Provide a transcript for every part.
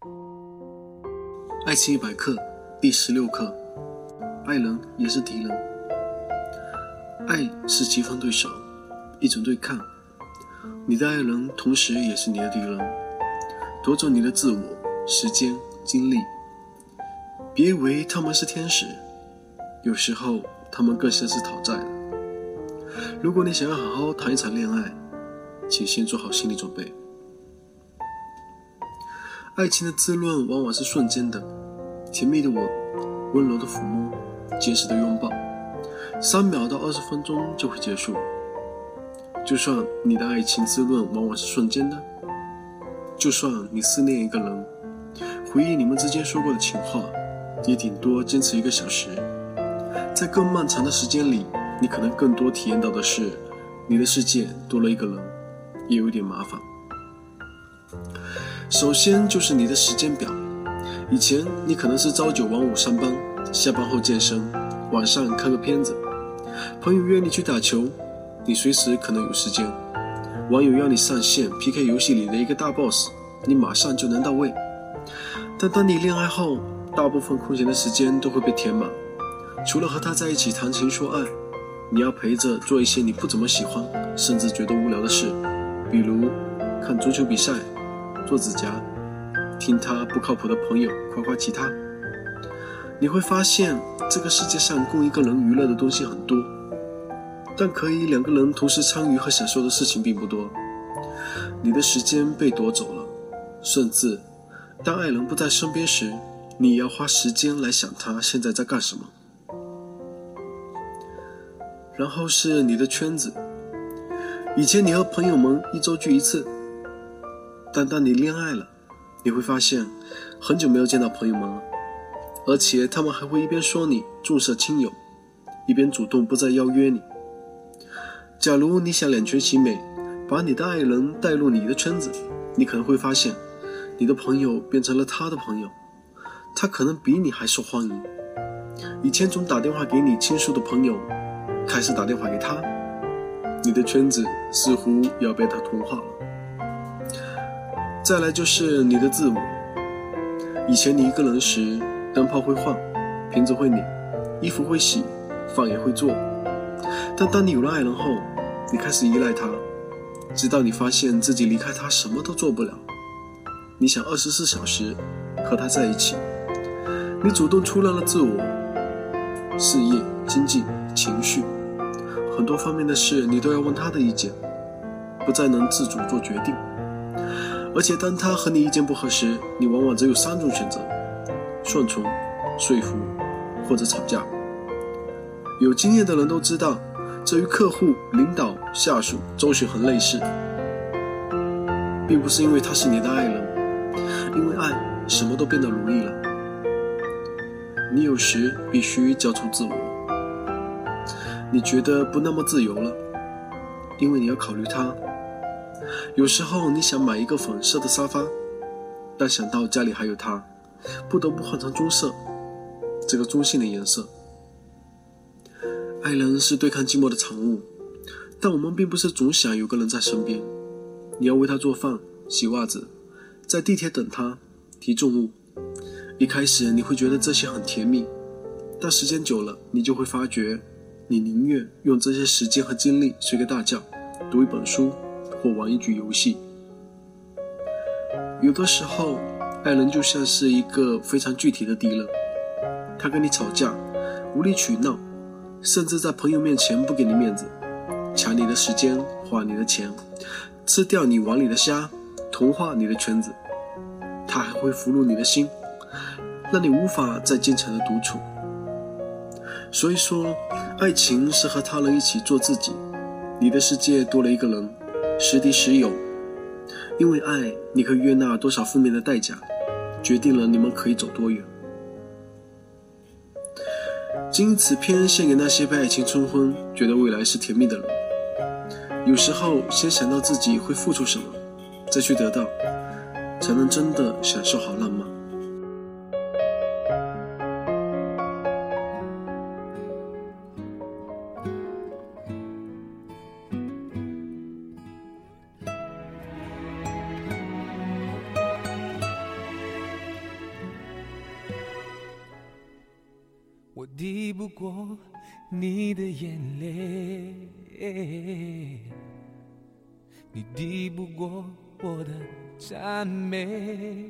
爱情100课第16课，爱人也是敌人。爱是棋逢对手，一种对抗。你的爱人同时也是你的敌人，夺走你的自我、时间、精力。别以为他们是天使，有时候他们更像是讨债的。如果你想要好好谈一场恋爱，请先做好心理准备。爱情的滋润往往是瞬间的，甜蜜的吻，温柔的抚摸，结实的拥抱，3秒到20分钟就会结束。就算你的爱情滋润往往是瞬间的，就算你思念一个人，回忆你们之间说过的情话，也顶多坚持1个小时。在更漫长的时间里，你可能更多体验到的是，你的世界多了一个人，也有点麻烦。首先就是你的时间表，以前你可能是朝9晚5上班，下班后健身，晚上看个片子，朋友约你去打球，你随时可能有时间，网友要你上线 PK 游戏里的一个大 boss， 你马上就能到位。但当你恋爱后，大部分空闲的时间都会被填满，除了和他在一起谈情说爱，你要陪着做一些你不怎么喜欢甚至觉得无聊的事，比如看足球比赛，做指甲，听他不靠谱的朋友夸夸其他。你会发现这个世界上供一个人娱乐的东西很多，但可以2个人同时参与和享受的事情并不多。你的时间被夺走了，甚至当爱人不在身边时，你也要花时间来想他现在在干什么。然后是你的圈子，以前你和朋友们1周聚1次，但当你恋爱了，你会发现很久没有见到朋友们了，而且他们还会一边说你重色轻友，一边主动不再邀约你。假如你想两全其美，把你的爱人带入你的圈子，你可能会发现你的朋友变成了他的朋友，他可能比你还受欢迎。以前总打电话给你倾诉的朋友，开始打电话给他，你的圈子似乎要被他同化了。再来就是你的自我，以前你一个人时，灯泡会换，瓶子会拧，衣服会洗，饭也会做。但当你有了爱人后，你开始依赖他，直到你发现自己离开他什么都做不了。你想24小时和他在一起，你主动出让了自我，事业、经济、情绪，很多方面的事你都要问他的意见，不再能自主做决定。而且当他和你意见不合时，你往往只有3种选择：顺从、说服或者吵架。有经验的人都知道，这与客户、领导、下属周旋很类似，并不是因为他是你的爱人，因为爱什么都变得容易了。你有时必须交出自我，你觉得不那么自由了，因为你要考虑他。有时候你想买一个粉色的沙发，但想到家里还有他，不得不换成棕色，这个中性的颜色。爱人是对抗寂寞的产物，但我们并不是总想有个人在身边。你要为他做饭、洗袜子，在地铁等他，提重物。一开始你会觉得这些很甜蜜，但时间久了，你就会发觉，你宁愿用这些时间和精力睡个大觉，读一本书或玩一局游戏。有的时候，爱人就像是一个非常具体的敌人，他跟你吵架，无理取闹，甚至在朋友面前不给你面子，抢你的时间，花你的钱，吃掉你碗里的虾，同化你的圈子。他还会俘虏你的心，让你无法再坚强的独处。所以说，爱情是和他人一起做自己，你的世界多了一个人，时敌时友。因为爱，你可以约纳多少负面的代价，决定了你们可以走多远。今此篇献给那些被爱情冲昏，觉得未来是甜蜜的人。有时候先想到自己会付出什么，再去得到，才能真的享受好浪漫。 抵不过你的眼泪，你抵不过我的赞美，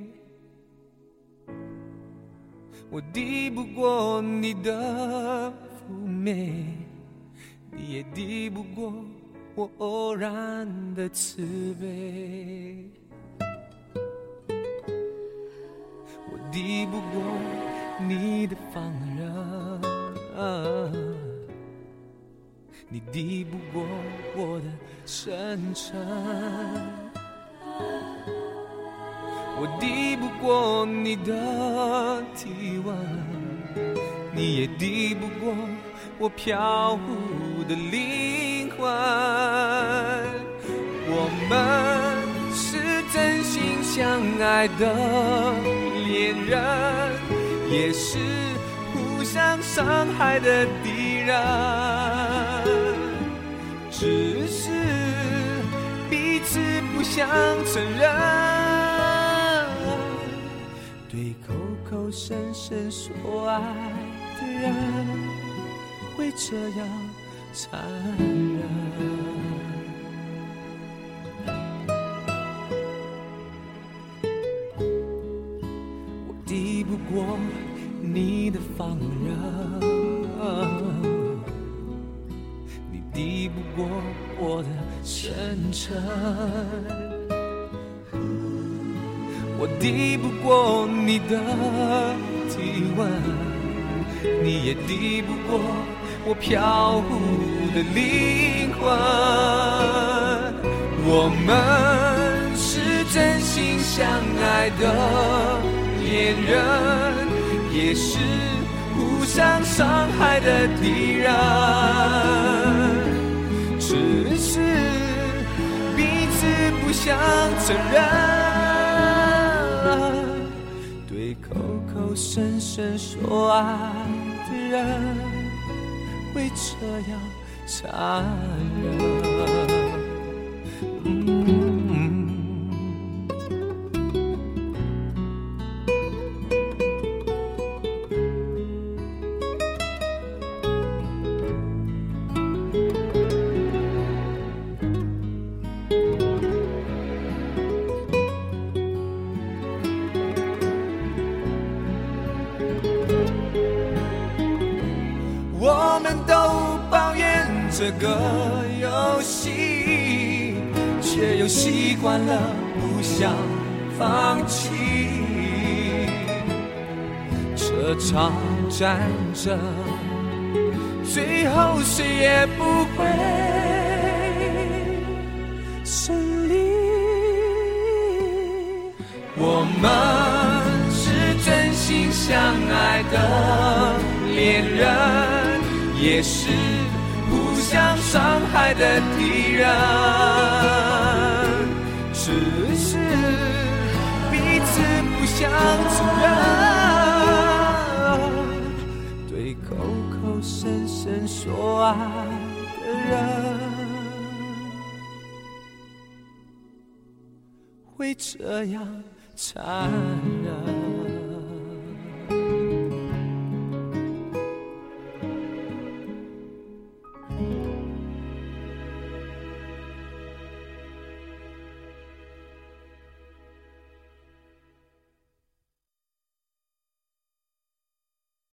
我抵不过你的妩媚，你也抵不过我偶然的慈悲。我抵不过你的放任，你抵不过我的深沉，我抵不过你的体温，你也抵不过我飘忽的灵魂。我们是真心相爱的恋人，也是互相伤害的敌人，只是彼此不想承认，对口口声声说爱的人会这样残忍。我抵不过你的放任，你抵不过我的深沉，我抵不过你的体温，你也抵不过我飘忽的灵魂。我们是真心相爱的恋人，也是互相伤害的敌人，只是彼此不想承认，对口口声声说爱的人会这样残忍。我们都抱怨这个游戏，却又习惯了不想放弃。这场战争最后谁也不会胜利。我们是真心相爱的恋人，也是互相伤害的敌人，只是彼此不想承认，对口口声声说爱的人会这样残忍。